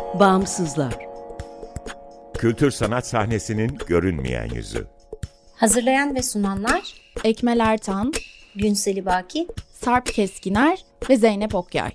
Bağımsızlar. Kültür sanat sahnesinin görünmeyen yüzü. Hazırlayan ve sunanlar Ekmel Ertan, Günseli Baki, Sarp Keskiner ve Zeynep Okyay.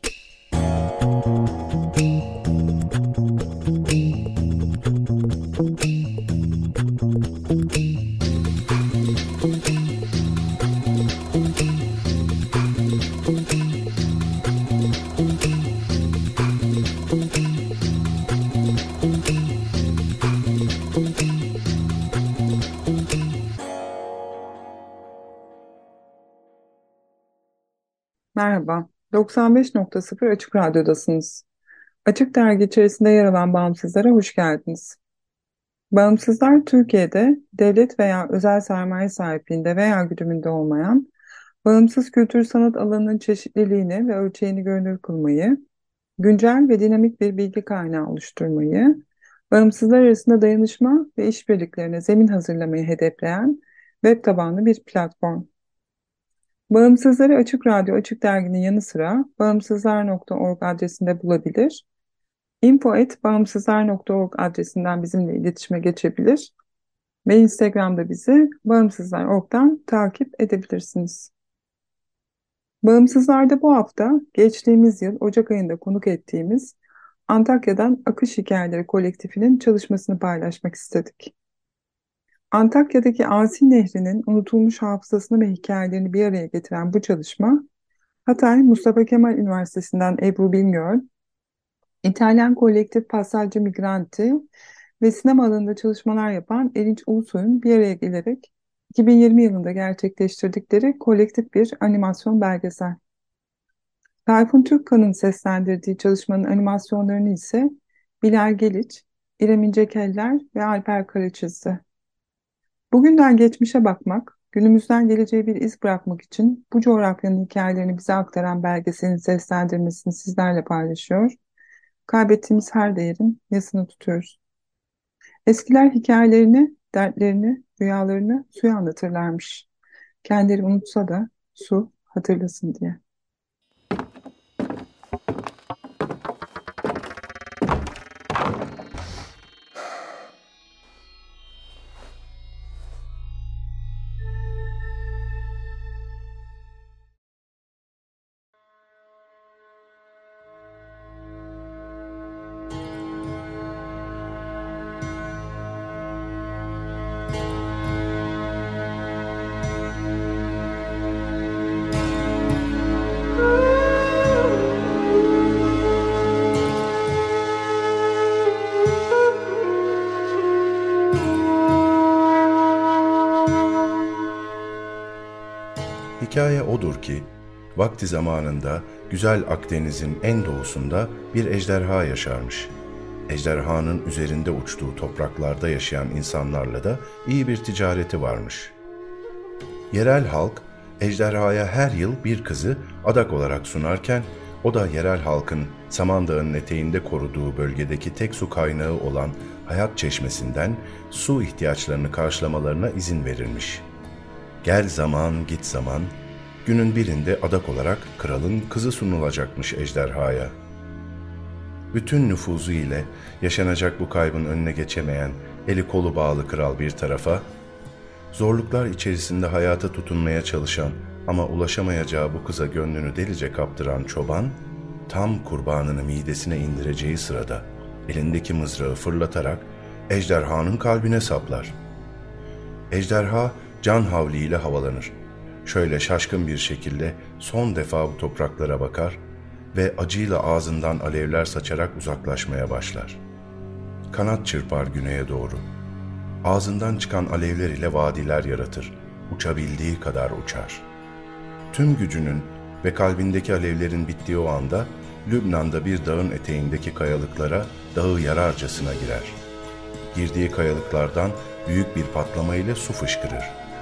Merhaba, 95.0 Açık Radyo'dasınız. Açık Dergi içerisinde yer alan Bağımsızlar'a hoş geldiniz. Bağımsızlar, Türkiye'de devlet veya özel sermaye sahipliğinde veya güdümünde olmayan, bağımsız kültür sanat alanının çeşitliliğini ve ölçeğini görünür kılmayı, güncel ve dinamik bir bilgi kaynağı oluşturmayı, bağımsızlar arasında dayanışma ve işbirliklerine zemin hazırlamayı hedefleyen web tabanlı bir platform. Bağımsızları Açık Radyo Açık Dergi'nin yanı sıra bağımsızlar.org adresinde bulabilir. info@bağımsızlar.org adresinden bizimle iletişime geçebilir ve Instagram'da bizi bağımsızlar.org'dan takip edebilirsiniz. Bağımsızlar'da bu hafta geçtiğimiz yıl Ocak ayında konuk ettiğimiz Antakya'dan Akış Hikayeleri Kolektifinin çalışmasını paylaşmak istedik. Antakya'daki Asi Nehri'nin unutulmuş hafızasını ve hikayelerini bir araya getiren bu çalışma, Hatay Mustafa Kemal Üniversitesi'nden Ebru Bingöl, İtalyan kolektif Passaggio Migranti ve sinema alanında çalışmalar yapan Erinç Ulusoy'un bir araya gelerek 2020 yılında gerçekleştirdikleri kolektif bir animasyon belgesel. Tayfun Türkkan'ın seslendirdiği çalışmanın animasyonlarını ise Bilal Geliç, İrem İncekeller ve Alper Kara çizdi. Bugünden geçmişe bakmak, günümüzden geleceğe bir iz bırakmak için bu coğrafyanın hikayelerini bize aktaran belgeselin seslendirmesini sizlerle paylaşıyor. Kaybettiğimiz her değerin yasını tutuyoruz. Eskiler hikayelerini, dertlerini, rüyalarını suya anlatırlarmış. Kendileri unutsa da su hatırlasın diye. Hikaye odur ki, vakti zamanında güzel Akdeniz'in en doğusunda bir ejderha yaşarmış. Ejderhanın üzerinde uçtuğu topraklarda yaşayan insanlarla da iyi bir ticareti varmış. Yerel halk, ejderhaya her yıl bir kızı adak olarak sunarken, o da yerel halkın Samandağ'ın eteğinde koruduğu bölgedeki tek su kaynağı olan Hayat Çeşmesi'nden su ihtiyaçlarını karşılamalarına izin verirmiş. Gel zaman, git zaman, günün birinde adak olarak kralın kızı sunulacakmış ejderhaya. Bütün nüfuzu ile yaşanacak bu kaybın önüne geçemeyen, eli kolu bağlı kral bir tarafa, zorluklar içerisinde hayata tutunmaya çalışan ama ulaşamayacağı bu kıza gönlünü delice kaptıran çoban, tam kurbanını midesine indireceği sırada elindeki mızrağı fırlatarak ejderhanın kalbine saplar. Ejderha can havliyle havalanır. Şöyle şaşkın bir şekilde son defa bu topraklara bakar ve acıyla ağzından alevler saçarak uzaklaşmaya başlar. Kanat çırpar güneye doğru. Ağzından çıkan alevler ile vadiler yaratır. Uçabildiği kadar uçar. Tüm gücünün ve kalbindeki alevlerin bittiği o anda Lübnan'da bir dağın eteğindeki kayalıklara dağı yararcasına girer. Girdiği kayalıklardan büyük bir patlamayla su fışkırır.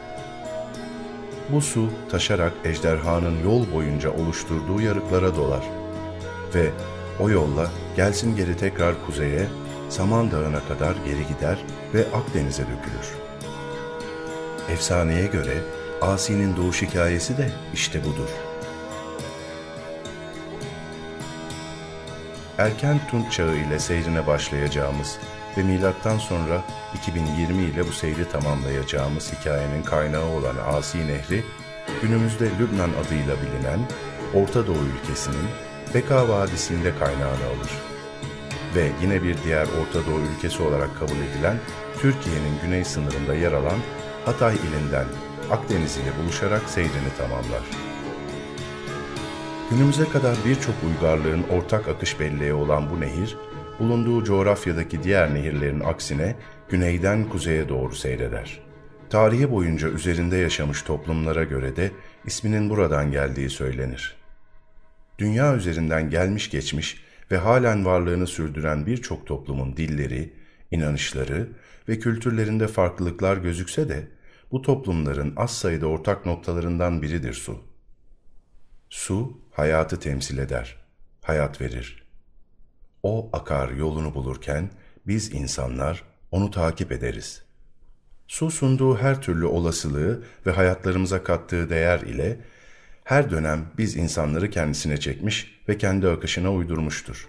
Bu su taşarak ejderhanın yol boyunca oluşturduğu yarıklara dolar ve o yolla gelsin geri tekrar kuzeye, Samandağ'ına kadar geri gider ve Akdeniz'e dökülür. Efsaneye göre Asi'nin doğuş hikayesi de işte budur. erken Tunç Çağı ile seyrine başlayacağımız ve milattan sonra 2020 ile bu seyri tamamlayacağımız hikayenin kaynağı olan Asi Nehri, günümüzde Lübnan adıyla bilinen Orta Doğu ülkesinin Beka Vadisi'nde kaynağını alır. Ve yine bir diğer Orta Doğu ülkesi olarak kabul edilen Türkiye'nin güney sınırında yer alan Hatay ilinden Akdeniz ile buluşarak seyrini tamamlar. Günümüze kadar birçok uygarlığın ortak akış belleği olan bu nehir, bulunduğu coğrafyadaki diğer nehirlerin aksine güneyden kuzeye doğru seyreder. Tarihi boyunca üzerinde yaşamış toplumlara göre de isminin buradan geldiği söylenir. Dünya üzerinden gelmiş geçmiş ve halen varlığını sürdüren birçok toplumun dilleri, inanışları ve kültürlerinde farklılıklar gözükse de bu toplumların az sayıda ortak noktalarından biridir su. Su, hayatı temsil eder, hayat verir. O akar yolunu bulurken biz insanlar onu takip ederiz. Su sunduğu her türlü olasılığı ve hayatlarımıza kattığı değer ile her dönem biz insanları kendisine çekmiş ve kendi akışına uydurmuştur.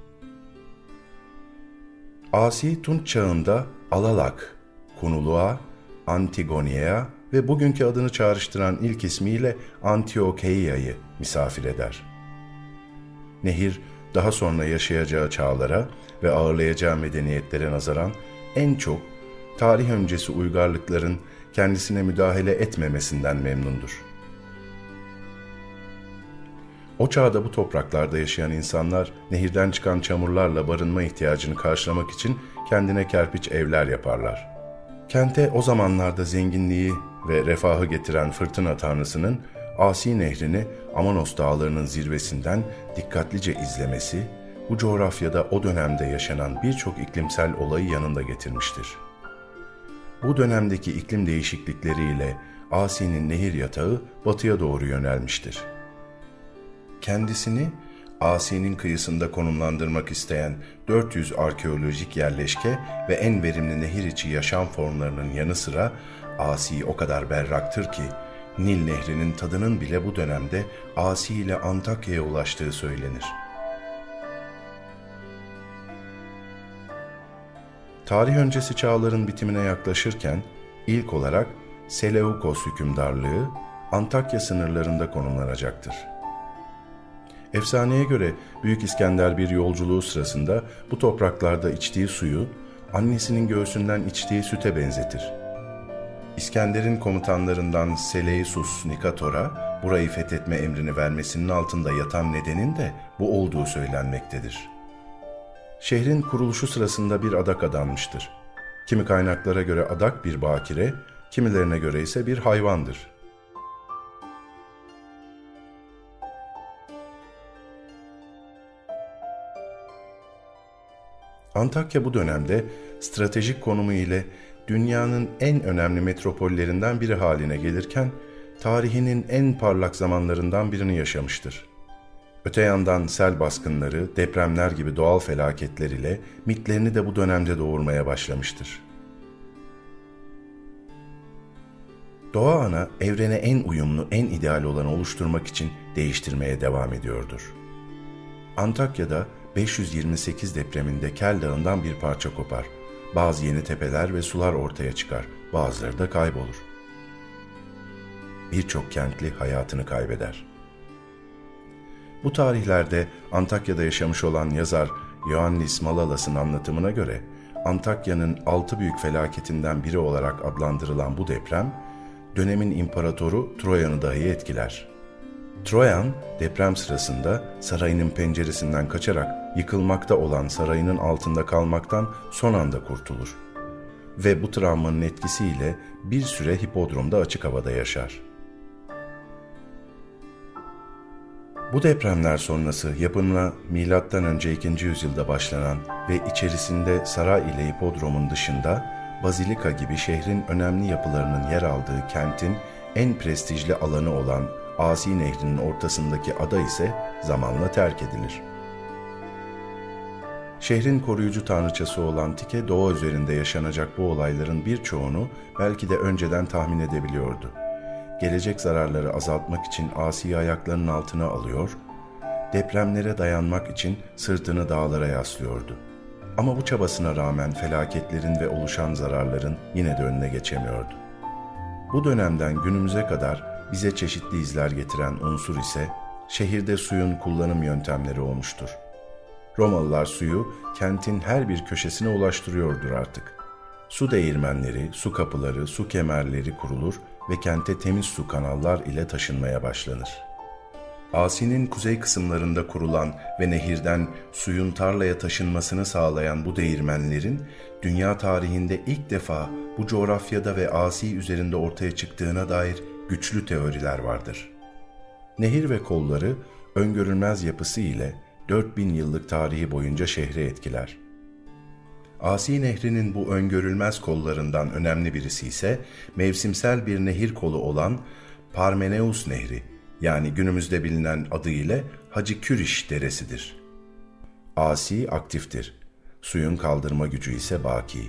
Asi Tunç Çağı'nda Alalak, Kunuluğa, Antigonia'ya ve bugünkü adını çağrıştıran ilk ismiyle Antiokeiya'yı misafir eder. Nehir, daha sonra yaşayacağı çağlara ve ağırlayacağı medeniyetlere nazaran en çok tarih öncesi uygarlıkların kendisine müdahale etmemesinden memnundur. O çağda bu topraklarda yaşayan insanlar nehirden çıkan çamurlarla barınma ihtiyacını karşılamak için kendine kerpiç evler yaparlar. Kente o zamanlarda zenginliği ve refahı getiren fırtına tanrısının Asi Nehri'ni Amanos dağlarının zirvesinden dikkatlice izlemesi, bu coğrafyada o dönemde yaşanan birçok iklimsel olayı yanında getirmiştir. Bu dönemdeki iklim değişiklikleriyle Asi'nin nehir yatağı batıya doğru yönelmiştir. Kendisini Asi'nin kıyısında konumlandırmak isteyen 400 arkeolojik yerleşke ve en verimli nehir içi yaşam formlarının yanı sıra Asi o kadar berraktır ki Nil Nehri'nin tadının bile bu dönemde Asi ile Antakya'ya ulaştığı söylenir. Tarih öncesi çağların bitimine yaklaşırken ilk olarak Seleukos hükümdarlığı Antakya sınırlarında konumlanacaktır. Efsaneye göre Büyük İskender bir yolculuğu sırasında bu topraklarda içtiği suyu annesinin göğsünden içtiği süte benzetir. İskender'in komutanlarından Seleucus Nikator'a burayı fethetme emrini vermesinin altında yatan nedenin de bu olduğu söylenmektedir. Şehrin kuruluşu sırasında bir adak adanmıştır. Kimi kaynaklara göre adak bir bakire, kimilerine göre ise bir hayvandır. Antakya bu dönemde stratejik konumu ile dünyanın en önemli metropollerinden biri haline gelirken, tarihinin en parlak zamanlarından birini yaşamıştır. Öte yandan sel baskınları, depremler gibi doğal felaketler ile mitlerini de bu dönemde doğurmaya başlamıştır. Doğa ana, evrene en uyumlu, en ideal olanı oluşturmak için değiştirmeye devam ediyordur. Antakya'da 528 depreminde Kel Dağı'ndan bir parça kopar. Bazı yeni tepeler ve sular ortaya çıkar, bazıları da kaybolur. Birçok kentli hayatını kaybeder. Bu tarihlerde Antakya'da yaşamış olan yazar Ioannis Malalas'ın anlatımına göre Antakya'nın 6 büyük felaketinden biri olarak adlandırılan bu deprem, dönemin imparatoru Troyan'ı dahi etkiler. Troyan, deprem sırasında sarayının penceresinden kaçarak yıkılmakta olan sarayının altında kalmaktan son anda kurtulur. Ve bu travmanın etkisiyle bir süre hipodromda açık havada yaşar. Bu depremler sonrası yapımına M.Ö. 2. yüzyılda başlanan ve içerisinde saray ile hipodromun dışında Bazilika gibi şehrin önemli yapılarının yer aldığı kentin en prestijli alanı olan Asi Nehri'nin ortasındaki ada ise zamanla terk edilir. Şehrin koruyucu tanrıçası olan Tike, doğa üzerinde yaşanacak bu olayların birçoğunu belki de önceden tahmin edebiliyordu. Gelecek zararları azaltmak için Asi'yi ayaklarının altına alıyor Depremlere dayanmak için sırtını dağlara yaslıyordu. Ama bu çabasına rağmen felaketlerin ve oluşan zararların yine de önüne geçemiyordu. Bu dönemden günümüze kadar bize çeşitli izler getiren unsur ise şehirde suyun kullanım yöntemleri olmuştur. Romalılar suyu kentin her bir köşesine ulaştırıyordur artık. Su değirmenleri, su kapıları, su kemerleri kurulur ve kente temiz su kanallar ile taşınmaya başlanır. Asi'nin kuzey kısımlarında kurulan ve nehirden suyun tarlaya taşınmasını sağlayan bu değirmenlerin dünya tarihinde ilk defa bu coğrafyada ve Asi üzerinde ortaya çıktığına dair güçlü teoriler vardır. Nehir ve kolları öngörülmez yapısı ile 4000 yıllık tarihi boyunca şehri etkiler. Asi Nehri'nin bu öngörülmez kollarından önemli birisi ise mevsimsel bir nehir kolu olan Parmeneus Nehri, yani günümüzde bilinen adıyla Hacı Kürş Deresi'dir. Asi aktiftir, suyun kaldırma gücü ise baki.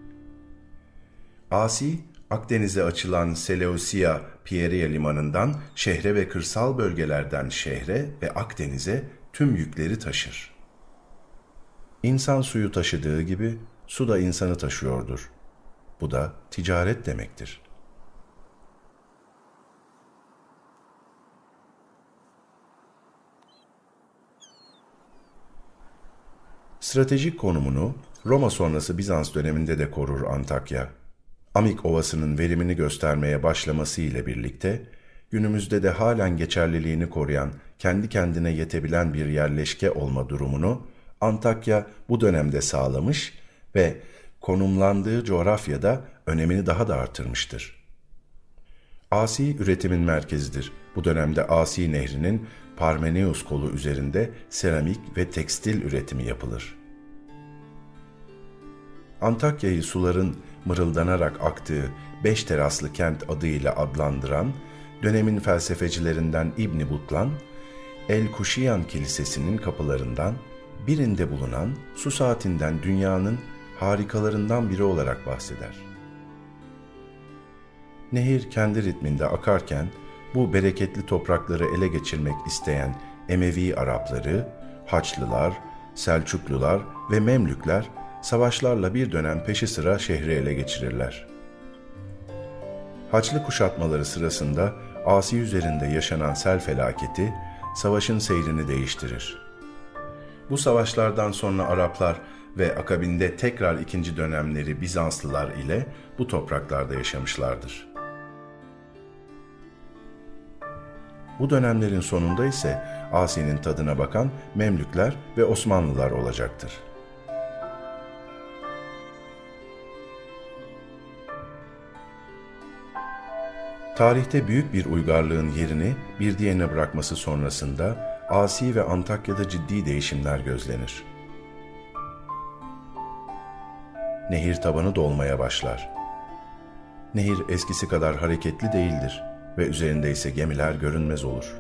Asi, Akdeniz'e açılan Seleucia Pieria limanından şehre ve kırsal bölgelerden şehre ve Akdeniz'e tüm yükleri taşır. İnsan suyu taşıdığı gibi su da insanı taşıyordur. Bu da ticaret demektir. Stratejik konumunu Roma sonrası Bizans döneminde de korur Antakya. Amik Ovası'nın verimini göstermeye başlaması ile birlikte günümüzde de halen geçerliliğini koruyan, kendi kendine yetebilen bir yerleşke olma durumunu Antakya bu dönemde sağlamış ve konumlandığı coğrafyada önemini daha da artırmıştır. Asi üretimin merkezidir. Bu dönemde Asi Nehri'nin Parmeneus kolu üzerinde seramik ve tekstil üretimi yapılır. Antakya'yı suların mırıldanarak aktığı 5 teraslı kent adıyla adlandıran dönemin felsefecilerinden İbn Butlan, El-Kuşiyan Kilisesi'nin kapılarından birinde bulunan su saatinden dünyanın harikalarından biri olarak bahseder. Nehir kendi ritminde akarken bu bereketli toprakları ele geçirmek isteyen Emevi Arapları, Haçlılar, Selçuklular ve Memlükler savaşlarla bir dönem peşi sıra şehri ele geçirirler. Haçlı kuşatmaları sırasında Asi üzerinde yaşanan sel felaketi savaşın seyrini değiştirir. Bu savaşlardan sonra Araplar ve akabinde tekrar ikinci dönemleri Bizanslılar ile bu topraklarda yaşamışlardır. Bu dönemlerin sonunda ise Asi'nin tadına bakan Memlükler ve Osmanlılar olacaktır. Tarihte büyük bir uygarlığın yerini bir diğerine bırakması sonrasında Asi ve Antakya'da ciddi değişimler gözlenir. Nehir tabanı dolmaya başlar. Nehir eskisi kadar hareketli değildir ve üzerinde ise gemiler görünmez olur.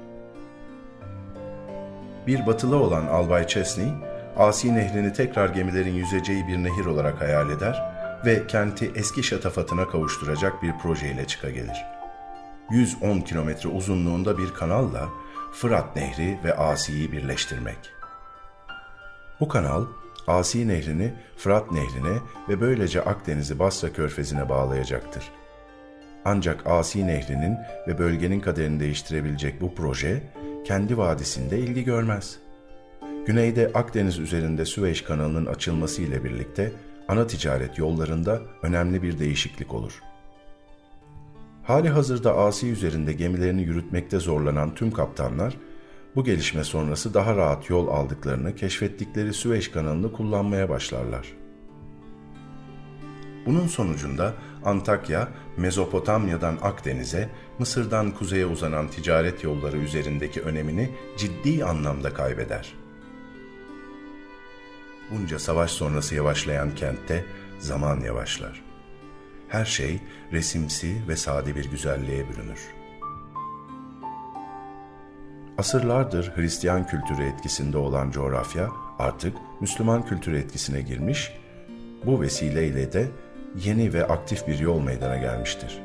Bir batılı olan Albay Chesney, Asi Nehri'ni tekrar gemilerin yüzeceği bir nehir olarak hayal eder ve kenti eski şatafatına kavuşturacak bir projeyle çıkagelir. 110 kilometre uzunluğunda bir kanalla Fırat Nehri ve Asi'yi birleştirmek. Bu kanal, Asi Nehri'ni Fırat Nehri'ne ve böylece Akdeniz'i Basra Körfezi'ne bağlayacaktır. Ancak Asi Nehri'nin ve bölgenin kaderini değiştirebilecek bu proje, kendi vadisinde ilgi görmez. Güneyde Akdeniz üzerinde Süveyş kanalının açılması ile birlikte ana ticaret yollarında önemli bir değişiklik olur. Hali hazırda Asi üzerinde gemilerini yürütmekte zorlanan tüm kaptanlar, bu gelişme sonrası daha rahat yol aldıklarını keşfettikleri Süveyş kanalını kullanmaya başlarlar. Bunun sonucunda Antakya, Mezopotamya'dan Akdeniz'e, Mısır'dan kuzeye uzanan ticaret yolları üzerindeki önemini ciddi anlamda kaybeder. Bunca savaş sonrası yavaşlayan kentte zaman yavaşlar. Her şey resimsi ve sade bir güzelliğe bürünür. Asırlardır Hristiyan kültürü etkisinde olan coğrafya artık Müslüman kültürü etkisine girmiş, bu vesileyle de yeni ve aktif bir yol meydana gelmiştir.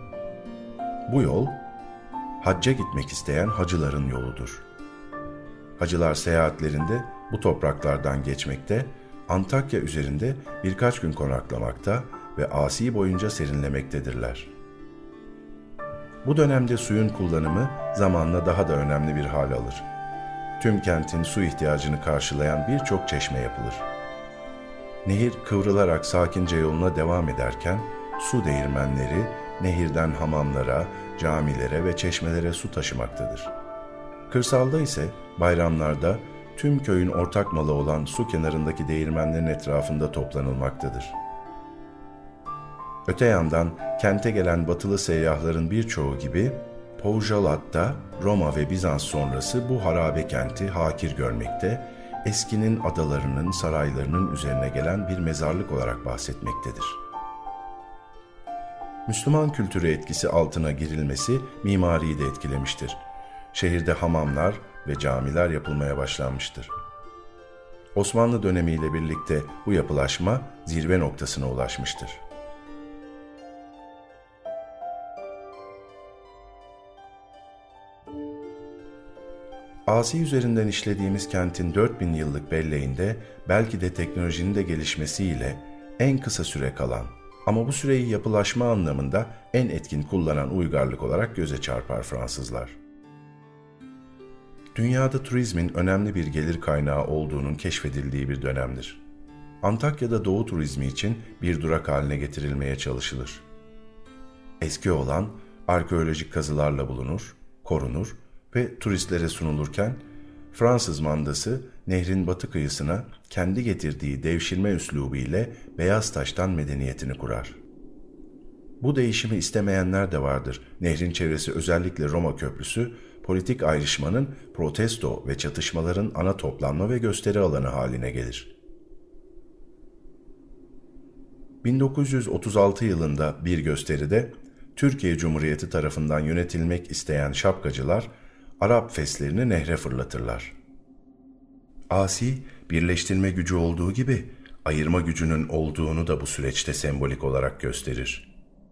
Bu yol, hacca gitmek isteyen hacıların yoludur. Hacılar seyahatlerinde bu topraklardan geçmekte, Antakya üzerinde birkaç gün konaklamakta ve Asi boyunca serinlemektedirler. Bu dönemde suyun kullanımı zamanla daha da önemli bir hal alır. Tüm kentin su ihtiyacını karşılayan birçok çeşme yapılır. Nehir kıvrılarak sakince yoluna devam ederken su değirmenleri nehirden hamamlara, camilere ve çeşmelere su taşımaktadır. Kırsalda ise bayramlarda tüm köyün ortak malı olan su kenarındaki değirmenlerin etrafında toplanılmaktadır. Öte yandan kente gelen batılı seyyahların birçoğu gibi Poujalat da Roma ve Bizans sonrası bu harabe kenti hakir görmekte, eskinin adalarının, saraylarının üzerine gelen bir mezarlık olarak bahsetmektedir. Müslüman kültürü etkisi altına girilmesi mimariyi de etkilemiştir. Şehirde hamamlar ve camiler yapılmaya başlanmıştır. Osmanlı dönemiyle birlikte bu yapılaşma zirve noktasına ulaşmıştır. Asi üzerinden işlediğimiz kentin 4000 yıllık belleğinde belki de teknolojinin de gelişmesiyle en kısa süre kalan ama bu süreyi yapılaşma anlamında en etkin kullanan uygarlık olarak göze çarpar Fransızlar. Dünyada turizmin önemli bir gelir kaynağı olduğunun keşfedildiği bir dönemdir. Antakya'da doğu turizmi için bir durak haline getirilmeye çalışılır. Eski olan arkeolojik kazılarla bulunur, korunur ve turistlere sunulurken Fransız mandası nehrin batı kıyısına kendi getirdiği devşirme üslubu ile beyaz taştan medeniyetini kurar. Bu değişimi istemeyenler de vardır. Nehrin çevresi, özellikle Roma Köprüsü, politik ayrışmanın, protesto ve çatışmaların ana toplanma ve gösteri alanı haline gelir. 1936 yılında bir gösteride Türkiye Cumhuriyeti tarafından yönetilmek isteyen şapkacılar Arap feslerini nehre fırlatırlar. Asi, birleştirme gücü olduğu gibi ayırma gücünün olduğunu da bu süreçte sembolik olarak gösterir.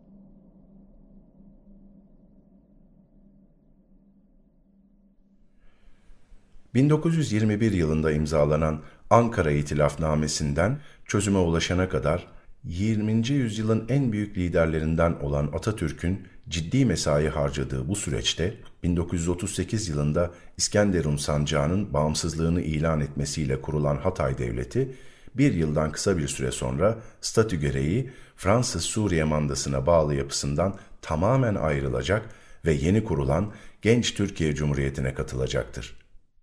...1921 yılında imzalanan Ankara İtilafnamesi'nden çözüme ulaşana kadar 20. yüzyılın en büyük liderlerinden olan Atatürk'ün ciddi mesai harcadığı bu süreçte 1938 yılında İskenderun Sancağı'nın bağımsızlığını ilan etmesiyle kurulan Hatay Devleti, bir yıldan kısa bir süre sonra statü gereği Fransız Suriye Mandası'na bağlı yapısından tamamen ayrılacak ve yeni kurulan Genç Türkiye Cumhuriyeti'ne katılacaktır.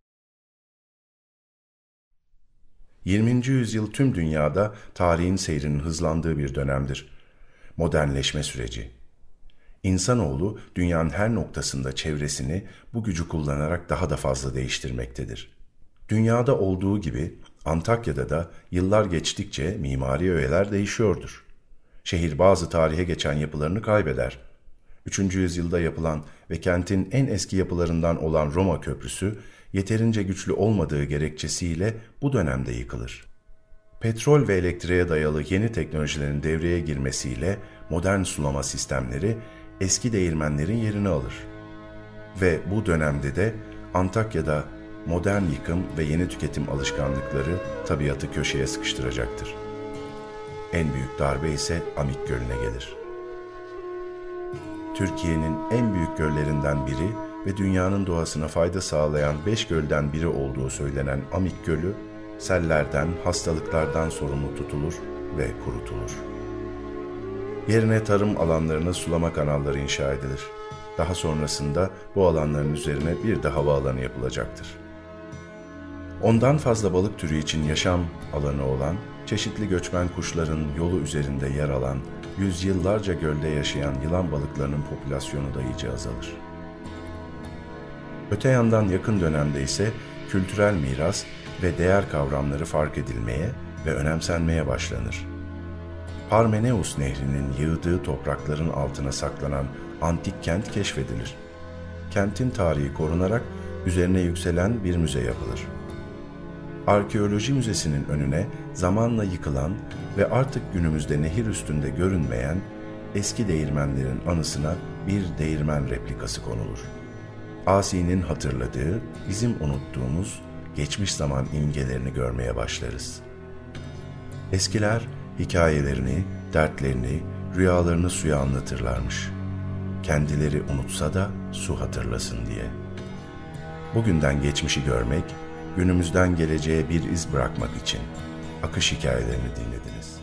20. yüzyıl tüm dünyada tarihin seyrinin hızlandığı bir dönemdir. Modernleşme süreci. İnsanoğlu dünyanın her noktasında çevresini bu gücü kullanarak daha da fazla değiştirmektedir. Dünyada olduğu gibi Antakya'da da yıllar geçtikçe mimari öğeler değişiyordur. Şehir bazı tarihe geçen yapılarını kaybeder. 3. yüzyılda yapılan ve kentin en eski yapılarından olan Roma Köprüsü, yeterince güçlü olmadığı gerekçesiyle bu dönemde yıkılır. Petrol ve elektriğe dayalı yeni teknolojilerin devreye girmesiyle modern sulama sistemleri eski değirmenlerin yerini alır. Ve bu dönemde de Antakya'da modern yıkım ve yeni tüketim alışkanlıkları tabiatı köşeye sıkıştıracaktır. En büyük darbe ise Amik Gölü'ne gelir. Türkiye'nin en büyük göllerinden biri ve dünyanın doğasına fayda sağlayan 5 gölden biri olduğu söylenen Amik Gölü, sellerden, hastalıklardan sorumlu tutulur ve kurutulur. Yerine tarım alanlarına sulama kanalları inşa edilir. Daha sonrasında bu alanların üzerine bir de havaalanı yapılacaktır. Ondan fazla balık türü için yaşam alanı olan, çeşitli göçmen kuşların yolu üzerinde yer alan, yüzyıllarca gölde yaşayan yılan balıklarının popülasyonu da iyice azalır. Öte yandan yakın dönemde ise kültürel miras ve değer kavramları fark edilmeye ve önemsenmeye başlanır. Parmeneus Nehri'nin yığdığı toprakların altına saklanan antik kent keşfedilir. Kentin tarihi korunarak üzerine yükselen bir müze yapılır. Arkeoloji Müzesi'nin önüne zamanla yıkılan ve artık günümüzde nehir üstünde görünmeyen eski değirmenlerin anısına bir değirmen replikası konulur. Asi'nin hatırladığı, bizim unuttuğumuz geçmiş zaman imgelerini görmeye başlarız. Eskiler hikayelerini, dertlerini, rüyalarını suya anlatırlarmış. Kendileri unutsa da su hatırlasın diye. Bugünden geçmişi görmek, günümüzden geleceğe bir iz bırakmak için akış hikayelerini dinlediniz.